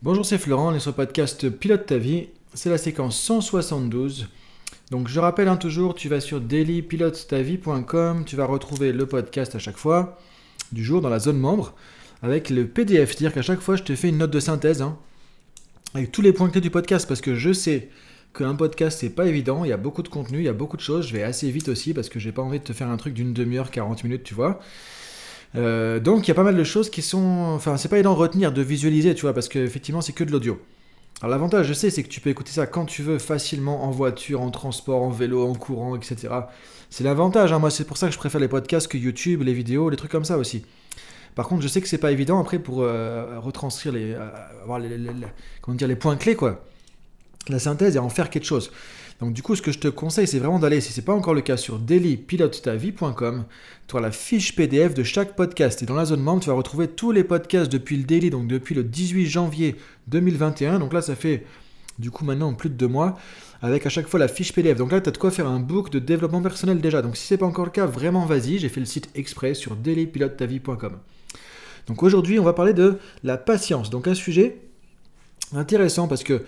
Bonjour, c'est Florent, on est sur le podcast Pilote ta vie, c'est la séquence 172. Donc je rappelle toujours, tu vas sur dailypilotetavie.com, tu vas retrouver le podcast à chaque fois du jour dans la zone membre avec le PDF, c'est-à-dire qu'à chaque fois je te fais une note de synthèse avec tous les points clés du podcast parce que je sais qu'un podcast c'est pas évident, il y a beaucoup de contenu, il y a beaucoup de choses, je vais assez vite aussi parce que j'ai pas envie de te faire un truc d'une demi-heure, 40 minutes, tu vois. Donc il y a pas mal de choses qui sont... Enfin, c'est pas évident de retenir, de visualiser, tu vois, parce qu'effectivement, c'est que de l'audio. Alors l'avantage, je sais, c'est que tu peux écouter ça quand tu veux, facilement, en voiture, en transport, en vélo, en courant, etc. C'est l'avantage, hein. Moi, c'est pour ça que je préfère les podcasts que YouTube, les vidéos, les trucs comme ça aussi. Par contre, je sais que c'est pas évident après pour retranscrire avoir comment dire, les points clés, quoi. La synthèse et en faire quelque chose. Donc du coup, ce que je te conseille, c'est vraiment d'aller, si ce n'est pas encore le cas, sur dailypilotetavie.com. Tu auras la fiche PDF de chaque podcast. Et dans la zone membre, tu vas retrouver tous les podcasts depuis le daily, donc depuis le 18 janvier 2021. Donc là, ça fait du coup maintenant plus de 2 mois, avec à chaque fois la fiche PDF. Donc là, tu as de quoi faire un book de développement personnel déjà. Donc si ce n'est pas encore le cas, vraiment vas-y, j'ai fait le site exprès sur dailypilotetavie.com. Donc aujourd'hui, on va parler de la patience. Donc un sujet intéressant parce que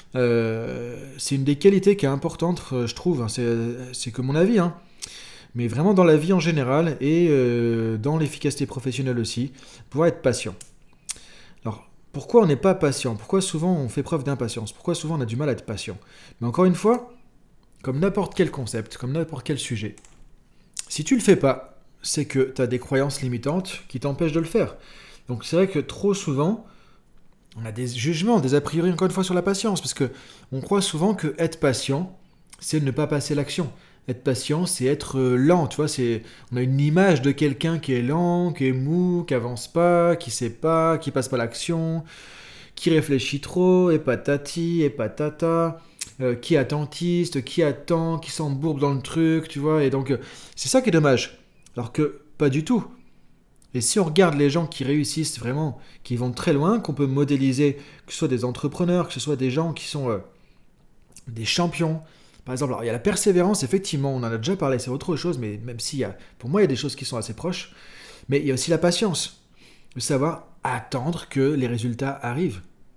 c'est une des qualités qui est importante, je trouve, hein. C'est que mon avis, hein. Mais vraiment dans la vie en général et dans l'efficacité professionnelle aussi, pouvoir être patient. Alors, pourquoi on n'est pas patient? Pourquoi souvent on fait preuve d'impatience? Pourquoi souvent on a du mal à être patient? Mais encore une fois, comme n'importe quel concept, comme n'importe quel sujet, si tu le fais pas, c'est que tu as des croyances limitantes qui t'empêchent de le faire. Donc c'est vrai que trop souvent, on a des jugements, des a priori encore une fois sur la patience, parce que on croit souvent que être patient, c'est ne pas passer l'action. Être patient, c'est être lent, tu vois. On a une image de quelqu'un qui est lent, qui est mou, qui avance pas, qui sait pas, qui passe pas l'action, qui réfléchit trop, et patati, et patata, qui est attentiste, qui attend, qui s'embourbe dans le truc, tu vois. Et donc, c'est ça qui est dommage. Alors que pas du tout. Et si on regarde les gens qui réussissent vraiment, qui vont très loin, qu'on peut modéliser, que ce soit des entrepreneurs, que ce soit des gens qui sont des champions. Par exemple, alors, il y a la persévérance, effectivement, on en a déjà parlé, c'est autre chose, mais même s'il y a, pour moi, il y a des choses qui sont assez proches. Mais il y a aussi la patience, de savoir attendre que les résultats arrivent.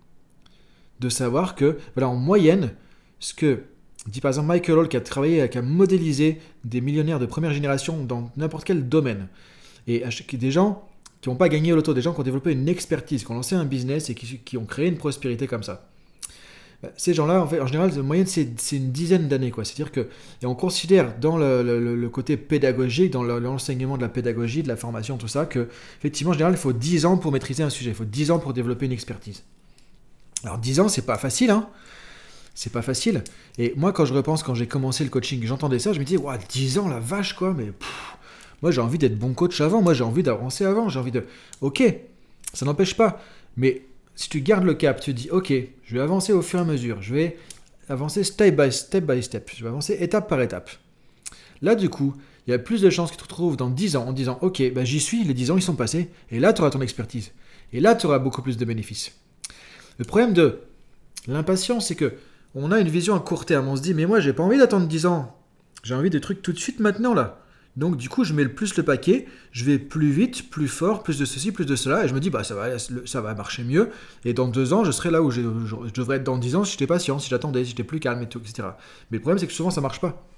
De savoir que, voilà, en moyenne, ce que dit par exemple Michael Hall, qui a travaillé, qui a modélisé des millionnaires de première génération dans n'importe quel domaine, et des gens qui n'ont pas gagné au loto, des gens qui ont développé une expertise, qui ont lancé un business et qui ont créé une prospérité comme ça. Ces gens-là, en fait, en général, la moyenne, c'est une dizaine d'années, quoi. C'est-à-dire que, et on considère dans le côté pédagogique, dans l'enseignement de la pédagogie, de la formation, tout ça, que, effectivement, en général, il faut 10 ans pour maîtriser un sujet, il faut 10 ans pour développer une expertise. Alors, 10 ans, c'est pas facile, hein. C'est pas facile. Et moi, quand je repense, quand j'ai commencé le coaching, j'entendais ça, je me disais, ouais, 10 ans, la vache, quoi, mais moi, j'ai envie d'être bon coach avant, moi, j'ai envie d'avancer avant, j'ai envie de... Ok, ça n'empêche pas, mais si tu gardes le cap, tu te dis, ok, je vais avancer au fur et à mesure, je vais avancer step by step, je vais avancer étape par étape. Là, du coup, il y a plus de chances que tu te retrouves dans 10 ans en disant, ok, bah, j'y suis, les 10 ans, ils sont passés, et là, tu auras ton expertise. Et là, tu auras beaucoup plus de bénéfices. Le problème de l'impatience, c'est que on a une vision à court terme. On se dit, mais moi, j'ai pas envie d'attendre 10 ans. J'ai envie des trucs tout de suite maintenant, là. Donc, du coup, je mets le plus le paquet. Je vais plus vite, plus fort, plus de ceci, plus de cela. Et je me dis, bah, ça va marcher mieux. Et dans 2 ans, je serai là où je devrais être dans 10 ans si j'étais patient, si j'attendais, si j'étais plus calme, et tout, etc. Mais le problème, c'est que souvent, ça marche pas.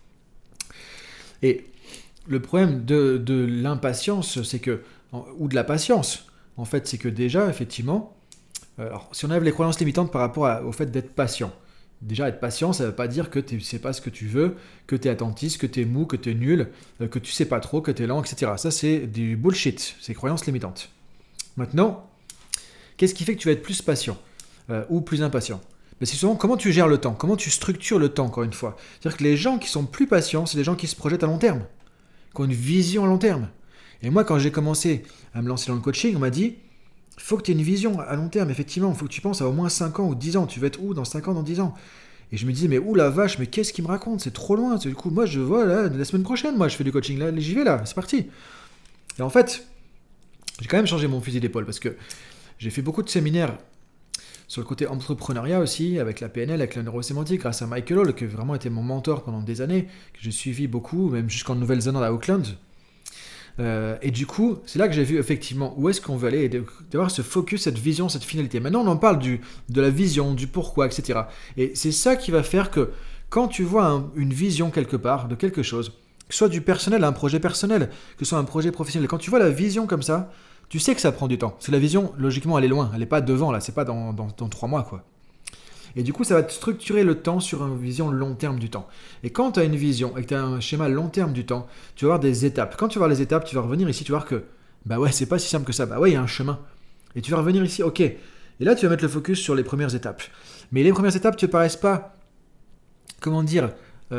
Et le problème de l'impatience, c'est que, ou de la patience, en fait, c'est que déjà, effectivement, alors, si on enlève les croyances limitantes par rapport au fait d'être patient, déjà, être patient, ça ne veut pas dire que tu ne sais pas ce que tu veux, que tu es attentiste, que tu es mou, que tu es nul, que tu sais pas trop, que tu es lent, etc. Ça, c'est du bullshit, c'est croyances limitantes. Maintenant, qu'est-ce qui fait que tu vas être plus patient ou plus impatient? Ben, c'est souvent comment tu gères le temps, comment tu structures le temps, encore une fois. C'est-à-dire que les gens qui sont plus patients, c'est des gens qui se projettent à long terme, qui ont une vision à long terme. Et moi, quand j'ai commencé à me lancer dans le coaching, on m'a dit, il faut que tu aies une vision à long terme, effectivement. Il faut que tu penses à au moins 5 ans ou 10 ans. Tu vas être où dans 5 ans, dans 10 ans? Et je me disais, mais où la vache, mais qu'est-ce qu'il me raconte? C'est trop loin. Du coup, moi, je vois, là, la semaine prochaine, moi, je fais du coaching. Là, j'y vais, là, c'est parti. Et en fait, j'ai quand même changé mon fusil d'épaule parce que j'ai fait beaucoup de séminaires sur le côté entrepreneuriat aussi, avec la PNL, avec la neurosémantique, grâce à Michael Hall, qui vraiment était mon mentor pendant des années, que j'ai suivi beaucoup, même jusqu'en Nouvelle-Zélande à Auckland. Et du coup, c'est là que j'ai vu effectivement où est-ce qu'on veut aller et d'avoir ce focus, cette vision, cette finalité. Maintenant, on en parle de la vision, du pourquoi, etc. Et c'est ça qui va faire que quand tu vois une vision quelque part de quelque chose, que ce soit du personnel à un projet personnel, que ce soit un projet professionnel, quand tu vois la vision comme ça, tu sais que ça prend du temps. Parce que la vision, logiquement, elle est loin. Elle n'est pas devant, là. C'est pas dans 3 mois, quoi. Et du coup, ça va te structurer le temps sur une vision long terme du temps. Et quand tu as une vision et que tu as un schéma long terme du temps, tu vas avoir des étapes. Quand tu vas voir les étapes, tu vas revenir ici, tu vas voir que, bah ouais, c'est pas si simple que ça. Bah ouais, il y a un chemin. Et tu vas revenir ici, ok. Et là, tu vas mettre le focus sur les premières étapes. Mais les premières étapes ne te paraissent pas, comment dire,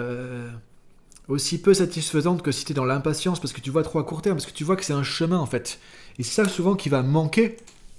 aussi peu satisfaisantes que si tu es dans l'impatience, parce que tu vois trop à court terme, parce que tu vois que c'est un chemin, en fait. Et c'est ça souvent qui va manquer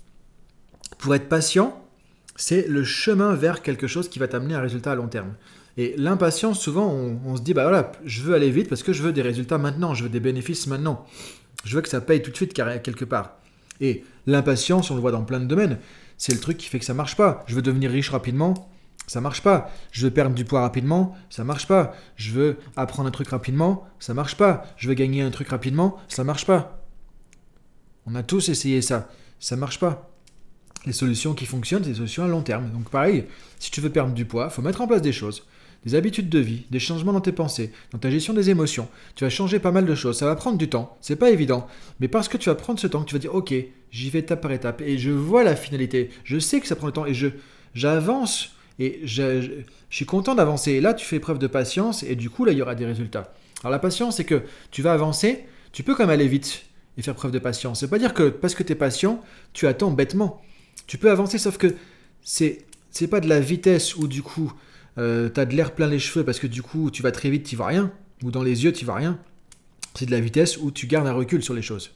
pour être patient. C'est le chemin vers quelque chose qui va t'amener un résultat à long terme. Et l'impatience, souvent, on se dit, bah voilà, je veux aller vite parce que je veux des résultats maintenant, je veux des bénéfices maintenant. Je veux que ça paye tout de suite quelque part. Et l'impatience, on le voit dans plein de domaines, c'est le truc qui fait que ça marche pas. Je veux devenir riche rapidement, ça marche pas. Je veux perdre du poids rapidement, ça marche pas. Je veux apprendre un truc rapidement, ça marche pas. Je veux gagner un truc rapidement, ça marche pas. On a tous essayé ça, ça marche pas. Les solutions qui fonctionnent, c'est des solutions à long terme. Donc pareil, si tu veux perdre du poids, il faut mettre en place des choses, des habitudes de vie, des changements dans tes pensées, dans ta gestion des émotions. Tu vas changer pas mal de choses, ça va prendre du temps, c'est pas évident, mais parce que tu vas prendre ce temps, que tu vas dire ok, j'y vais étape par étape, et je vois la finalité, je sais que ça prend du temps, et j'avance, et je suis content d'avancer. Et là, tu fais preuve de patience, et du coup, là, il y aura des résultats. Alors la patience, c'est que tu vas avancer, tu peux quand même aller vite et faire preuve de patience. Ça veut pas dire que parce que tu es patient, tu attends bêtement. Tu peux avancer, sauf que c'est pas de la vitesse où du coup t'as de l'air plein les cheveux parce que du coup tu vas très vite, tu vois rien, ou dans les yeux tu vois rien. C'est de la vitesse où tu gardes un recul sur les choses.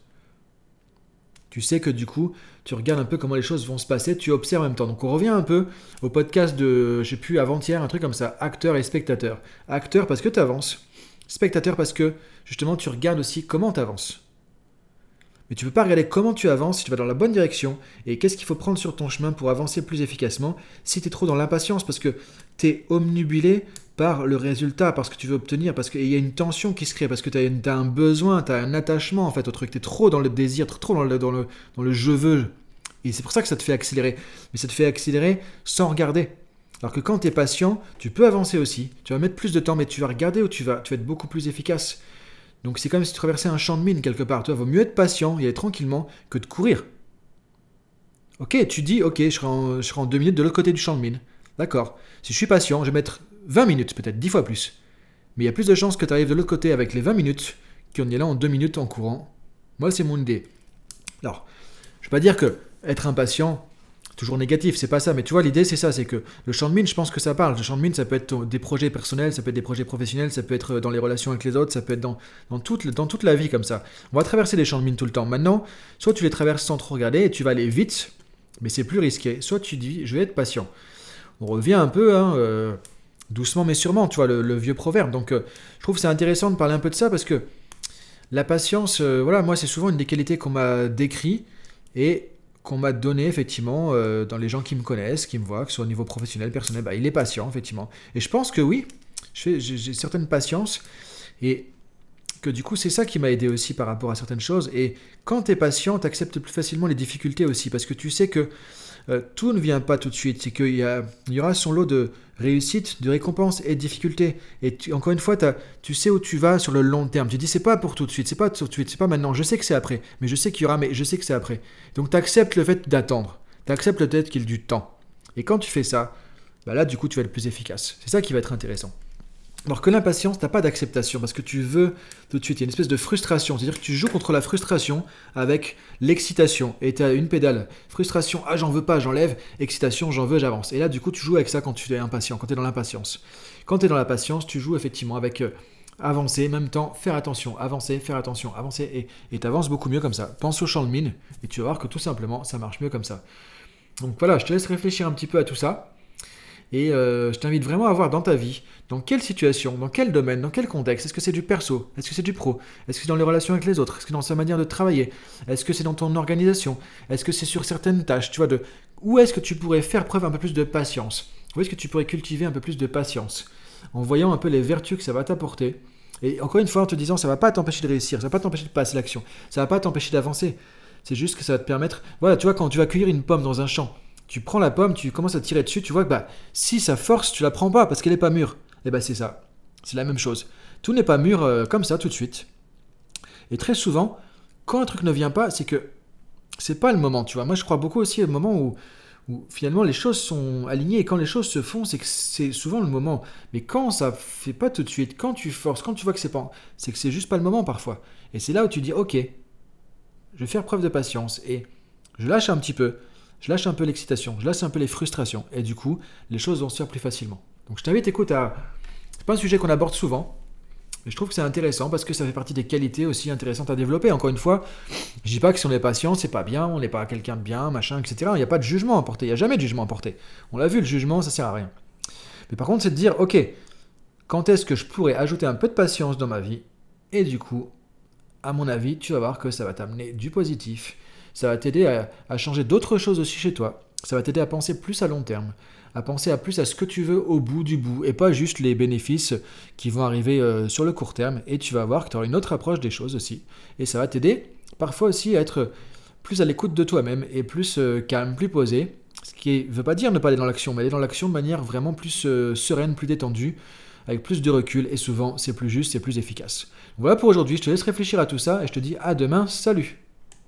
Tu sais que du coup tu regardes un peu comment les choses vont se passer, tu observes en même temps. Donc on revient un peu au podcast de, je sais plus, avant-hier, un truc comme ça, acteur et spectateur. Acteur parce que tu avances, spectateur parce que justement tu regardes aussi comment tu avances. Mais tu ne peux pas regarder comment tu avances, si tu vas dans la bonne direction, et qu'est-ce qu'il faut prendre sur ton chemin pour avancer plus efficacement, si tu es trop dans l'impatience, parce que tu es omnubilé par le résultat, parce que tu veux obtenir, parce qu'il y a une tension qui se crée, parce que tu as un besoin, tu as un attachement en fait au truc, tu es trop dans le désir, trop dans le je veux. Et c'est pour ça que ça te fait accélérer. Mais ça te fait accélérer sans regarder. Alors que quand tu es patient, tu peux avancer aussi, tu vas mettre plus de temps, mais tu vas regarder où tu vas être beaucoup plus efficace. Donc c'est comme si tu traversais un champ de mine quelque part. Tu vois, vaut mieux être patient et aller tranquillement que de courir. Ok, tu dis, ok, je serai en 2 minutes de l'autre côté du champ de mine. D'accord. Si je suis patient, je vais mettre 20 minutes, peut-être 10 fois plus. Mais il y a plus de chances que tu arrives de l'autre côté avec les 20 minutes qu'on y est là en 2 minutes en courant. Moi, c'est mon idée. Alors, je ne veux pas dire que être impatient, toujours négatif, c'est pas ça. Mais tu vois, l'idée, c'est ça, c'est que le champ de mine, je pense que ça parle. Le champ de mine, ça peut être des projets personnels, ça peut être des projets professionnels, ça peut être dans les relations avec les autres, ça peut être dans toute la vie comme ça. On va traverser les champs de mine tout le temps. Maintenant, soit tu les traverses sans trop regarder et tu vas aller vite, mais c'est plus risqué. Soit tu dis, je vais être patient. On revient un peu, doucement mais sûrement, tu vois, le vieux proverbe. Donc, je trouve que c'est intéressant de parler un peu de ça parce que la patience, voilà, moi, c'est souvent une des qualités qu'on m'a décrit et qu'on m'a donné effectivement dans les gens qui me connaissent, qui me voient, que ce soit au niveau professionnel, personnel, bah, il est patient effectivement. Et je pense que oui, j'ai certaine patience et que du coup c'est ça qui m'a aidé aussi par rapport à certaines choses. Et quand tu es patient, tu acceptes plus facilement les difficultés aussi parce que tu sais que tout ne vient pas tout de suite, c'est qu'il y aura son lot de réussite, de récompenses et de difficultés. Et encore une fois, tu sais où tu vas sur le long terme. Tu dis, c'est pas pour tout de suite, c'est pas tout de suite, c'est pas maintenant. Je sais que c'est après, mais je sais qu'il y aura, mais je sais que c'est après. Donc tu acceptes le fait d'attendre, tu acceptes le fait qu'il y ait du temps. Et quand tu fais ça, bah là, du coup, tu vas être plus efficace. C'est ça qui va être intéressant. Alors que l'impatience, tu n'as pas d'acceptation parce que tu veux tout de suite. Il y a une espèce de frustration. C'est-à-dire que tu joues contre la frustration avec l'excitation. Et tu as une pédale. Frustration, ah j'en veux pas, j'enlève. Excitation, j'en veux, j'avance. Et là, du coup, tu joues avec ça quand tu es impatient, quand tu es dans l'impatience. Quand tu es dans la patience, tu joues effectivement avec avancer, en même temps, faire attention, avancer, et tu avances beaucoup mieux comme ça. Pense au champ de mine et tu vas voir que tout simplement, ça marche mieux comme ça. Donc voilà, je te laisse réfléchir un petit peu à tout ça. Et je t'invite vraiment à voir dans ta vie, dans quelle situation, dans quel domaine, dans quel contexte. Est-ce que c'est du perso? Est-ce que c'est du pro? Est-ce que c'est dans les relations avec les autres? Est-ce que c'est dans sa manière de travailler? Est-ce que c'est dans ton organisation? Est-ce que c'est sur certaines tâches? Tu vois, où est-ce que tu pourrais faire preuve un peu plus de patience? Où est-ce que tu pourrais cultiver un peu plus de patience? En voyant un peu les vertus que ça va t'apporter Et encore une fois, en te disant, ça ne va pas t'empêcher de réussir, ça ne va pas t'empêcher de passer l'action, ça ne va pas t'empêcher d'avancer. C'est juste que ça va te permettre... Voilà, tu vois, quand tu vas cueillir une pomme dans un champ, tu prends la pomme, tu commences à tirer dessus, tu vois que si ça force, tu la prends pas parce qu'elle n'est pas mûre. Et c'est ça. C'est la même chose. Tout n'est pas mûr comme ça tout de suite. Et très souvent, quand un truc ne vient pas, c'est que c'est pas le moment, tu vois. Moi, je crois beaucoup aussi au moment où finalement les choses sont alignées et quand les choses se font, c'est que c'est souvent le moment. Mais quand ça fait pas tout de suite, quand tu forces, quand tu vois que c'est que c'est juste pas le moment parfois. Et c'est là où tu dis, ok, je vais faire preuve de patience et je lâche un petit peu. Je lâche un peu l'excitation, je lâche un peu les frustrations, et du coup, les choses vont se faire plus facilement. Donc je t'invite, écoute, c'est pas un sujet qu'on aborde souvent, mais je trouve que c'est intéressant parce que ça fait partie des qualités aussi intéressantes à développer. Encore une fois, je dis pas que si on est patient, c'est pas bien, on n'est pas quelqu'un de bien, machin, etc. Il n'y a pas de jugement à porter, il n'y a jamais de jugement à porter. On l'a vu, le jugement, ça sert à rien. Mais par contre, c'est de dire, ok, quand est-ce que je pourrais ajouter un peu de patience dans ma vie? Et du coup, à mon avis, tu vas voir que ça va t'amener du positif. Ça va t'aider à changer d'autres choses aussi chez toi. Ça va t'aider à penser plus à long terme, à penser plus à ce que tu veux au bout du bout, et pas juste les bénéfices qui vont arriver sur le court terme. Et tu vas voir que tu auras une autre approche des choses aussi. Et ça va t'aider parfois aussi à être plus à l'écoute de toi-même et plus calme, plus posé. Ce qui ne veut pas dire ne pas aller dans l'action, mais aller dans l'action de manière vraiment plus sereine, plus détendue, avec plus de recul, et souvent c'est plus juste, c'est plus efficace. Voilà pour aujourd'hui, je te laisse réfléchir à tout ça, et je te dis à demain, salut!